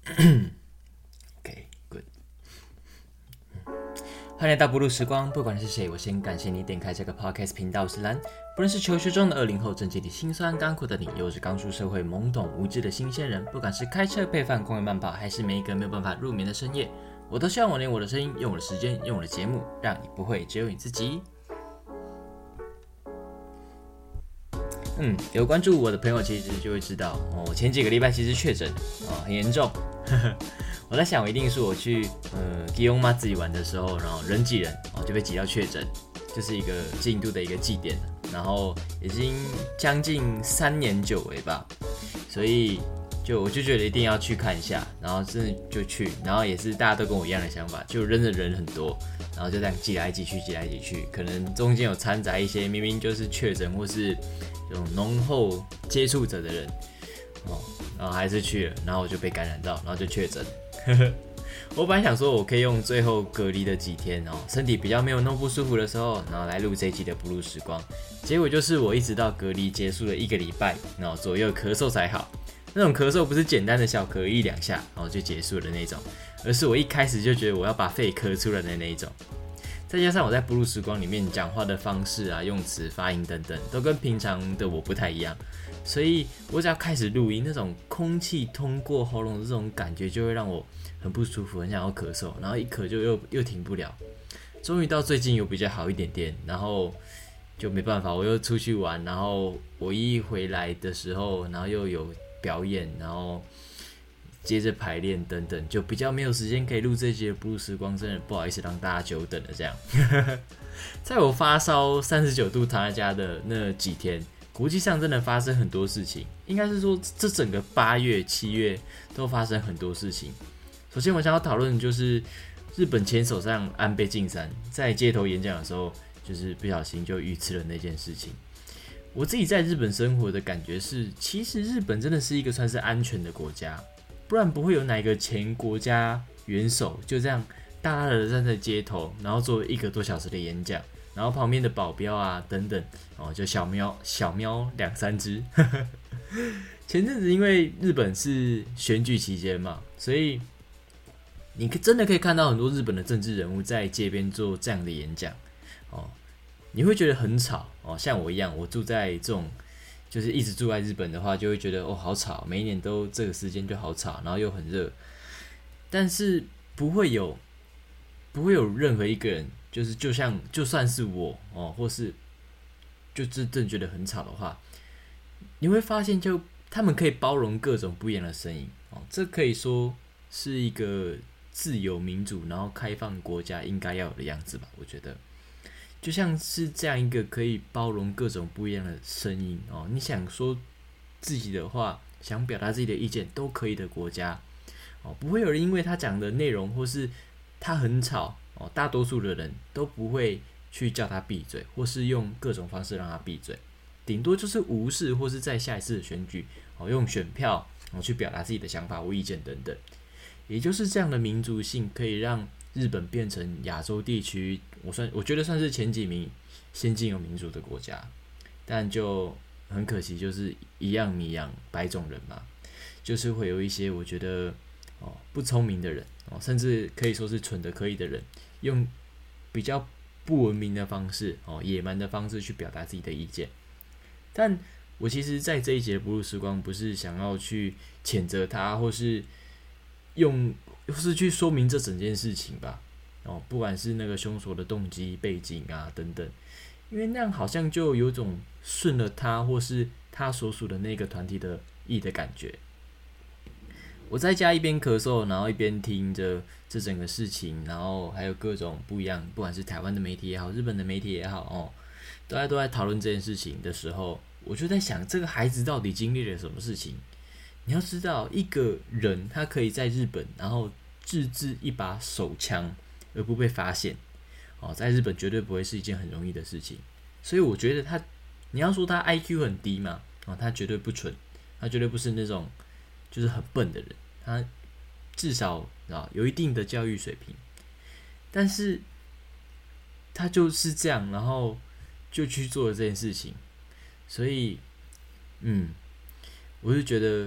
OK good。欢迎来到不露时光，不管是谁，我先感谢你点开这个 podcast 频道。我是蓝，不论是求学中的20后正经历辛酸甘苦的你，又是刚出社会懵懂无知的新鲜人，不管是开车配饭、公园慢跑，还是每一个没有办法入眠的深夜，我都希望我连我的声音，用我的时间，用我的节目，让你不会只有你自己。有关注我的朋友其实就会知道，我前几个礼拜其实确诊很严重。我在想，我一定是我去基隆妈自己玩的时候，然后人挤人就被挤到确诊，就是一个进度的一个祭典，然后已经将近3年久违吧，所以我就觉得一定要去看一下，然后真的就去，然后也是大家都跟我一样的想法，就认的人很多，然后就这样挤来挤去，可能中间有掺杂一些明明就是确诊或是这种浓厚接触者的人，然后还是去了，然后我就被感染到，然后就确诊。我本来想说我可以用最后隔离的几天身体比较没有那么不舒服的时候，然后来录这一集的不露时光，结果就是我一直到隔离结束了1个礼拜，然后左右咳嗽才好。那种咳嗽不是简单的小咳1-2下然后就结束的那种，而是我一开始就觉得我要把肺咳出来的那一种。再加上我在不露时光里面讲话的方式啊、用词、发音等等，都跟平常的我不太一样，所以我只要开始录音，那种空气通过喉咙的这种感觉，就会让我很不舒服，很想要咳嗽，然后一咳就又停不了。终于到最近有比较好一点点，然后就没办法，我又出去玩，然后我一回来的时候，然后又有表演，然后接着排练等等，就比较没有时间可以录这一集的不露时光，真的不好意思让大家久等了这样。在我发烧39度躺在家的那几天，国际上真的发生很多事情，应该是说这整个8月、7月都发生很多事情。首先我想要讨论的就是日本前首相安倍晋三在街头演讲的时候，就是不小心就遇刺了那件事情。我自己在日本生活的感觉是，其实日本真的是一个算是安全的国家，不然不会有哪一个前国家元首就这样大大的站在街头，然后做1个多小时的演讲，然后旁边的保镖啊等等就小喵2-3只。前阵子因为日本是选举期间嘛，所以你真的可以看到很多日本的政治人物在街边做这样的演讲你会觉得很吵像我一样，我住在这种就是一直住在日本的话，就会觉得好吵，每一年都这个时间就好吵，然后又很热，但是不会有任何一个人，就算是我或是就真正觉得很吵的话，你会发现就他们可以包容各种不一样的声音这可以说是一个自由民主然后开放国家应该要有的样子吧，我觉得。就像是这样一个可以包容各种不一样的声音你想说自己的话，想表达自己的意见都可以的国家不会有人因为他讲的内容或是他很吵大多数的人都不会去叫他闭嘴，或是用各种方式让他闭嘴，顶多就是无视，或是在下一次的选举用选票去表达自己的想法或意见等等。也就是这样的民族性，可以让日本变成亚洲地区我觉得算是前几名先进有民主的国家，但就很可惜，就是一样米养百种人嘛，就是会有一些我觉得不聪明的人甚至可以说是蠢的可以的人，用比较不文明的方式野蛮的方式去表达自己的意见。但我其实在这一节不露时光不是想要去谴责他，或是去说明这整件事情吧不管是那个凶手的动机背景啊等等，因为那样好像就有种顺了他或是他所属的那个团体的意的感觉。我在家一边咳嗽，然后一边听着这整个事情，然后还有各种不一样，不管是台湾的媒体也好，日本的媒体也好都在讨论这件事情的时候，我就在想，这个孩子到底经历了什么事情？你要知道，一个人他可以在日本，然后自制一把手枪而不被发现在日本绝对不会是一件很容易的事情。所以我觉得你要说他 IQ 很低嘛他绝对不蠢，他绝对不是那种就是很笨的人，他至少有一定的教育水平，但是他就是这样，然后就去做了这件事情。所以我就觉得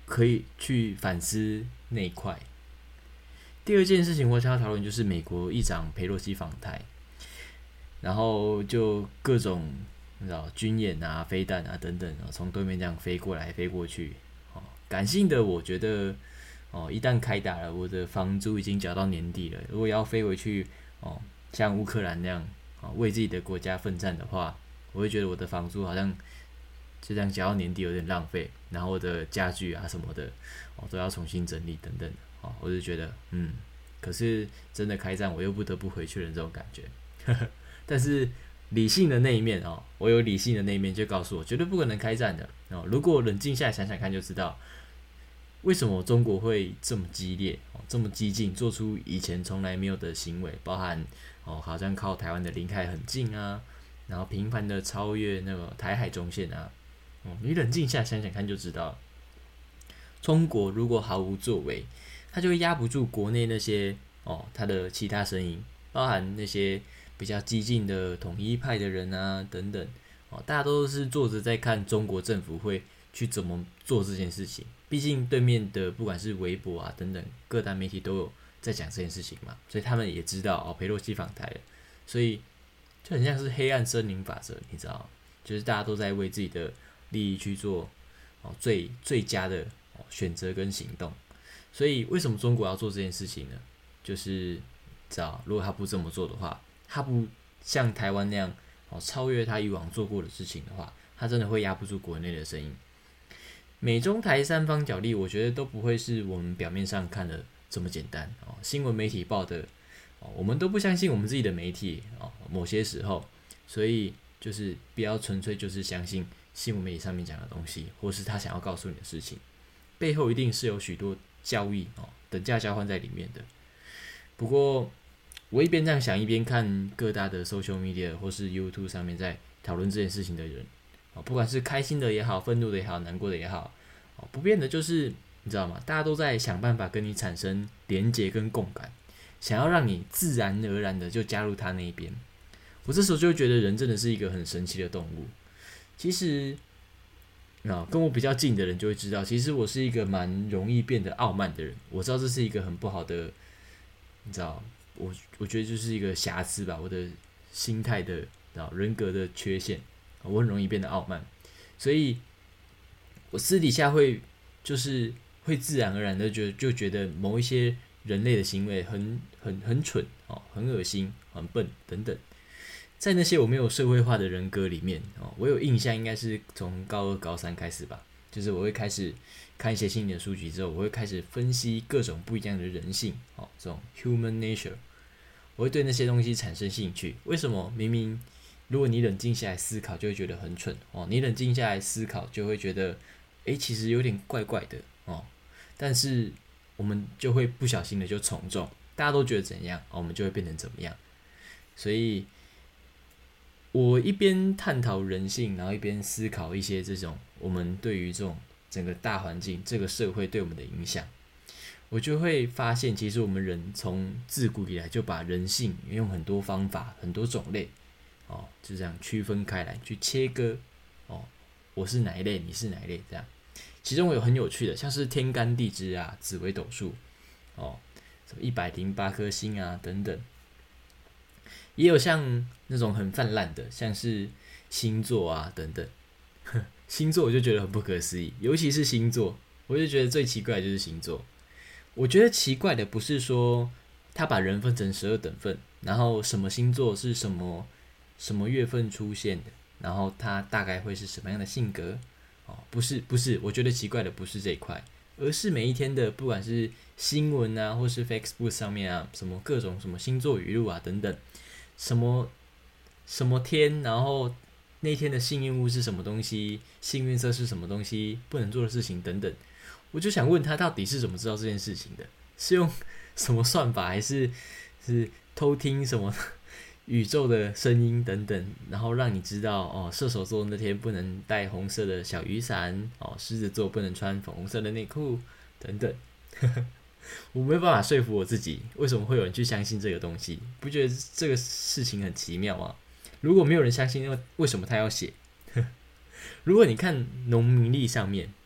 可以去反思那一块。第二件事情我想要讨论就是美国议长裴洛西访台，然后就各种你知道军演啊、飞弹啊等等，从对面这样飞过来飞过去。感性的我觉得一旦开打了，我的房租已经缴到年底了，如果要飞回去像乌克兰那样为自己的国家奋战的话，我会觉得我的房租好像就这样缴到年底有点浪费，然后我的家具啊什么的都要重新整理等等。我就觉得可是真的开战我又不得不回去了这种感觉。但是理性的那一面我有理性的那一面就告诉我绝对不可能开战的如果冷静下来想想看就知道为什么中国会这么激烈这么激进，做出以前从来没有的行为，包含好像靠台湾的领海很近啊，然后频繁的超越那个台海中线啊。你冷静下来想想看就知道，中国如果毫无作为，他就会压不住国内那些他的其他声音，包含那些比较激进的统一派的人啊等等大家都是坐着在看中国政府会去怎么做这件事情。毕竟对面的不管是微博啊等等各大媒体都有在讲这件事情嘛，所以他们也知道裴洛西访台了，所以就很像是黑暗森林法则，你知道，就是大家都在为自己的利益去做最佳的选择跟行动。所以为什么中国要做这件事情呢？就是知道如果他不这么做的话，他不像台湾那样超越他以往做过的事情的话，他真的会压不住国内的声音。美中台三方角力，我觉得都不会是我们表面上看的这么简单新闻媒体报的我们都不相信我们自己的媒体某些时候，所以就是不要纯粹就是相信新闻媒体上面讲的东西，或是他想要告诉你的事情，背后一定是有许多交易等价交换在里面的。不过我一边这样想，一边看各大的 social media 或是 YouTube 上面在讨论这件事情的人不管是开心的也好，愤怒的也好，难过的也好不变的就是你知道吗？大家都在想办法跟你产生连结跟共感，想要让你自然而然的就加入他那一边。我这时候就会觉得人真的是一个很神奇的动物。其实跟我比较近的人就会知道，其实我是一个蛮容易变得傲慢的人。我知道这是一个很不好的，你知道，我觉得就是一个瑕疵吧，我的心态的人格的缺陷，我很容易变得傲慢，所以我私底下会自然而然的就觉得某一些人类的行为很蠢很恶心、很笨等等。在那些我没有社会化的人格里面我有印象，应该是从高二、高三开始吧，就是我会开始看一些心理的书籍之后，我会开始分析各种不一样的人性这种 human nature， 我会对那些东西产生兴趣。为什么明明如果你冷静下来思考就会觉得很蠢你冷静下来思考就会觉得其实有点怪怪的但是我们就会不小心的就从众，大家都觉得怎样我们就会变成怎么样。所以我一边探讨人性，然后一边思考一些这种我们对于这种整个大环境这个社会对我们的影响，我就会发现其实我们人从自古以来就把人性用很多方法很多种类就这样区分开来去切割我是哪一类你是哪一类这样。其中有很有趣的像是天干地支啊、紫微斗数什么108颗星啊等等，也有像那种很泛滥的像是星座啊等等。星座我就觉得很不可思议，尤其是星座，我就觉得最奇怪的就是星座。我觉得奇怪的不是说他把人分成12等份，然后什么星座是什么月份出现的，然后他大概会是什么样的性格不是，我觉得奇怪的不是这一块，而是每一天的不管是新闻啊，或是 Facebook 上面啊，什么各种什么星座语录啊等等，什么天，然后那天的幸运物是什么东西，幸运色是什么东西，不能做的事情等等。我就想问他到底是怎么知道这件事情的？是用什么算法，还是偷听什么宇宙的声音等等，然后让你知道射手座那天不能带红色的小雨伞狮子座不能穿粉红色的内裤等等。我没有办法说服我自己，为什么会有人去相信这个东西？不觉得这个事情很奇妙吗？如果没有人相信，为什么他要写？如果你看农民历上面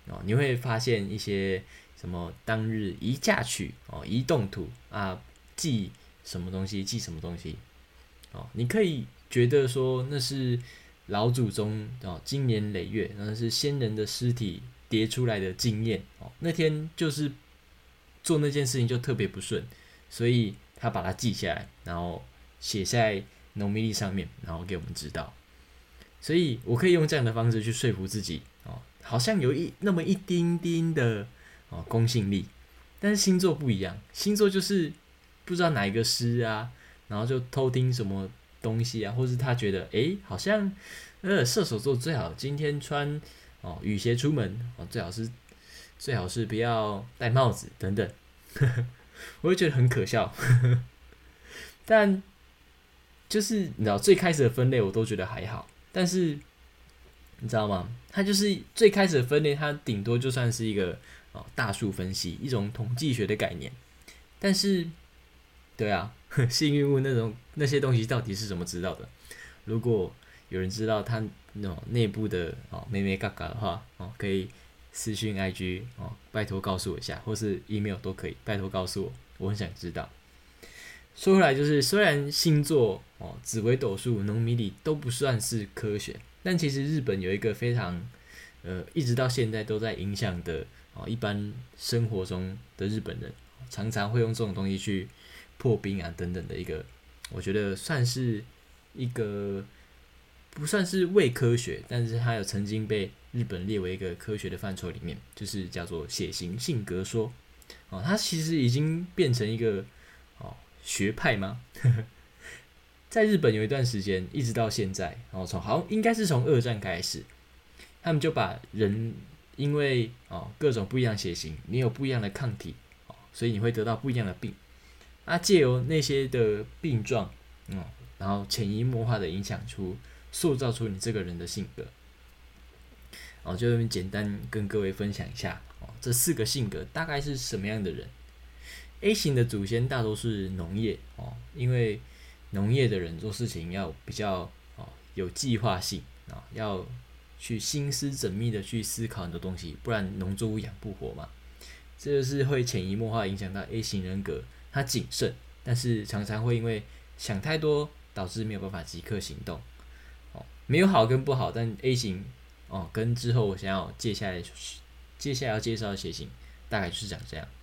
你会发现一些什么当日宜嫁娶宜动土啊，忌什么东西，忌什么东西你可以觉得说那是老祖宗经年累月，那是先人的尸体叠出来的经验那天就是做那件事情就特别不顺，所以他把它记下来，然后写在农民历上面，然后给我们知道。所以我可以用这样的方式去说服自己好像有那么一丁丁的公信力。但是星座不一样，星座就是不知道哪一个师啊，然后就偷听什么东西啊，或是他觉得好像射手座最好今天穿雨鞋出门最好是不要戴帽子等等我会觉得很可笑但就是你知道最开始的分类我都觉得还好，但是你知道吗？它就是最开始的分类，它顶多就算是一个大数分析，一种统计学的概念。但是，对啊，幸运物那些东西到底是怎么知道的？如果有人知道它内部的妹妹嘎嘎的话可以私讯 IG 拜托告诉我一下，或是 email 都可以，拜托告诉我，我很想知道。说回来，就是虽然星座紫微斗数、农民历都不算是科学，但其实日本有一个非常一直到现在都在影响的一般生活中的日本人，常常会用这种东西去破冰啊等等的一个，我觉得算是一个不算是伪科学，但是它有曾经被日本列为一个科学的范畴里面，就是叫做血型性格说它其实已经变成一个学派吗？在日本有一段时间，一直到现在，好像应该是从2战开始，他们就把人因为各种不一样的血型，你有不一样的抗体所以你会得到不一样的病借由那些的病状然后潜移默化的塑造出你这个人的性格就简单跟各位分享一下这4个性格大概是什么样的人。A 型的祖先大多是农业因为农业的人做事情要比较有计划性要去心思缜密的去思考很多东西，不然农作物养不活嘛。这就是会潜移默化影响到 A 型人格，他谨慎，但是常常会因为想太多导致没有办法即刻行动没有好跟不好，但 A 型跟之后我想要接下来要介绍的血型大概就是长这样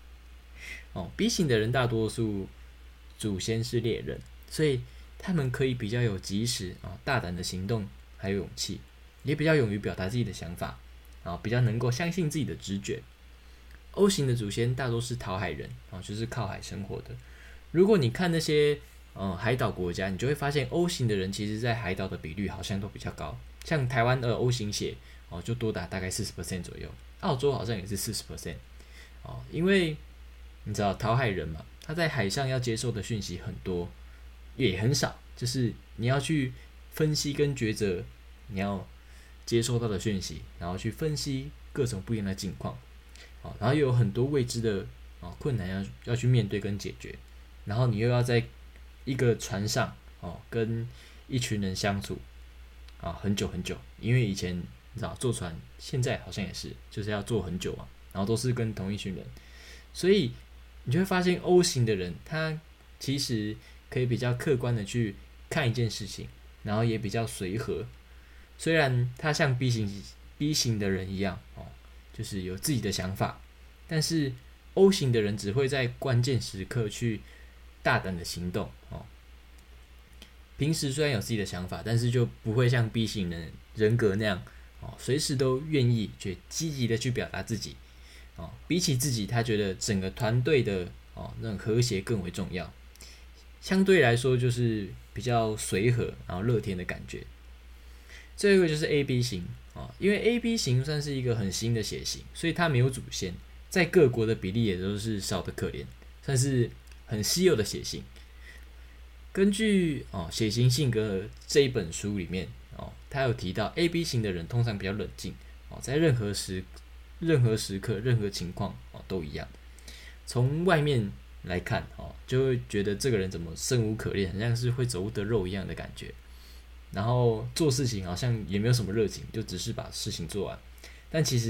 B 型的人大多数祖先是猎人，所以他们可以比较有及时大胆的行动，还有勇气，也比较勇于表达自己的想法比较能够相信自己的直觉。O 型的祖先大多是讨海人就是靠海生活的。如果你看那些海岛国家，你就会发现 O 型的人其实在海岛的比率好像都比较高，像台湾的 O 型血就多达大概 40% 左右，澳洲好像也是 40% 因为你知道讨海人嘛，他在海上要接受的讯息很多也很少，就是你要去分析跟抉择你要接收到的讯息，然后去分析各种不一样的境况然后又有很多未知的困难要去面对跟解决，然后你又要在一个船上跟一群人相处很久很久，因为以前你知道坐船，现在好像也是就是要坐很久嘛，然后都是跟同一群人，所以你就会发现 O 型的人他其实可以比较客观的去看一件事情，然后也比较随和，虽然他像 B 型的人一样就是有自己的想法，但是 O 型的人只会在关键时刻去大胆的行动平时虽然有自己的想法，但是就不会像 B 型的人格那样随时都愿意去积极的去表达自己比起自己，他觉得整个团队的那种和谐更为重要，相对来说就是比较随和然后乐天的感觉。最后一个就是 AB 型因为 AB 型算是一个很新的血型，所以它没有祖先，在各国的比例也都是少得可怜，算是很稀有的血型。根据血型性格这一本书里面他有提到 AB 型的人通常比较冷静在任何时刻任何情况都一样。从外面来看就会觉得这个人怎么生无可恋，很像是会走路的肉一样的感觉，然后做事情好像也没有什么热情，就只是把事情做完。但其实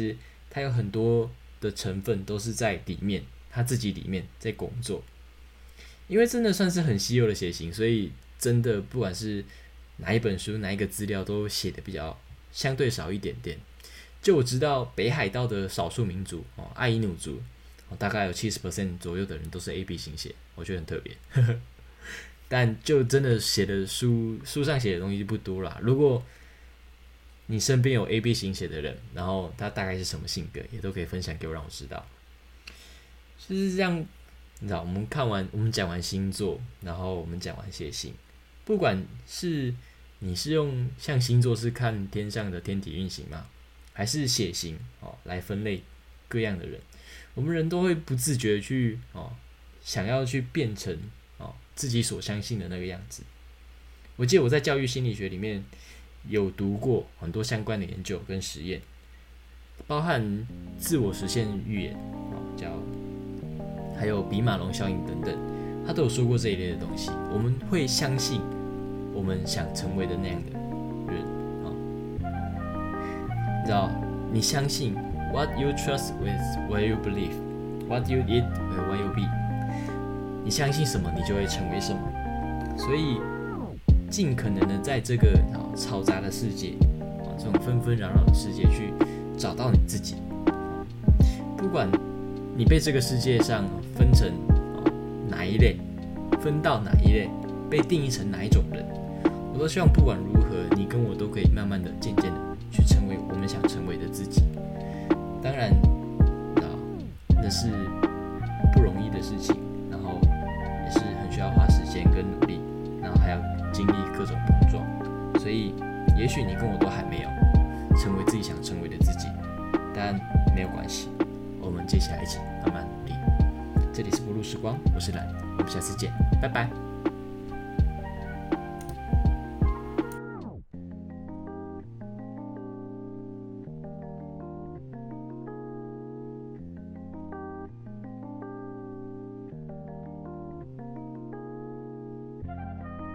它有很多的成分都是在里面，他自己里面在工作。因为真的算是很稀有的血型，所以真的不管是哪一本书、哪一个资料都写的比较相对少一点点。就我知道北海道的少数民族爱伊努族大概有70% 左右的人都是 AB 型血，我觉得很特别。但就真的写的书上写的东西就不多啦。如果你身边有 AB 型血的人，然后他大概是什么性格，也都可以分享给我，让我知道。就是这样，你知道，我们讲完星座，然后我们讲完血型，不管是你是用像星座是看天上的天体运行吗，还是血型来分类各样的人，我们人都会不自觉的去想要去变成自己所相信的那个样子。我记得我在教育心理学里面有读过很多相关的研究跟实验，包含自我实现预言还有比马龙效应等等，他都有说过这一类的东西。我们会相信我们想成为的那样的人你知道，你相信 what you trust with what you believe, what you eat with what you be。 你相信什么，你就会成为什么。所以尽可能的在这个嘈杂的世界这种纷纷扰扰的世界去找到你自己。不管你被这个世界上分成哪一类，分到哪一类，被定义成哪一种人，我都希望不管如何，你跟我都可以慢慢的、渐渐的去成为我们想成为的自己。当然，那是不容易的事情，然后也是很需要花时间跟努力，然后还要经历各种碰撞。所以，也许你跟我都还没有成为自己想成为的自己，但没有关系。我们接下来一起慢慢努力。这里是不露时光，我是蓝，我们下次见，拜拜。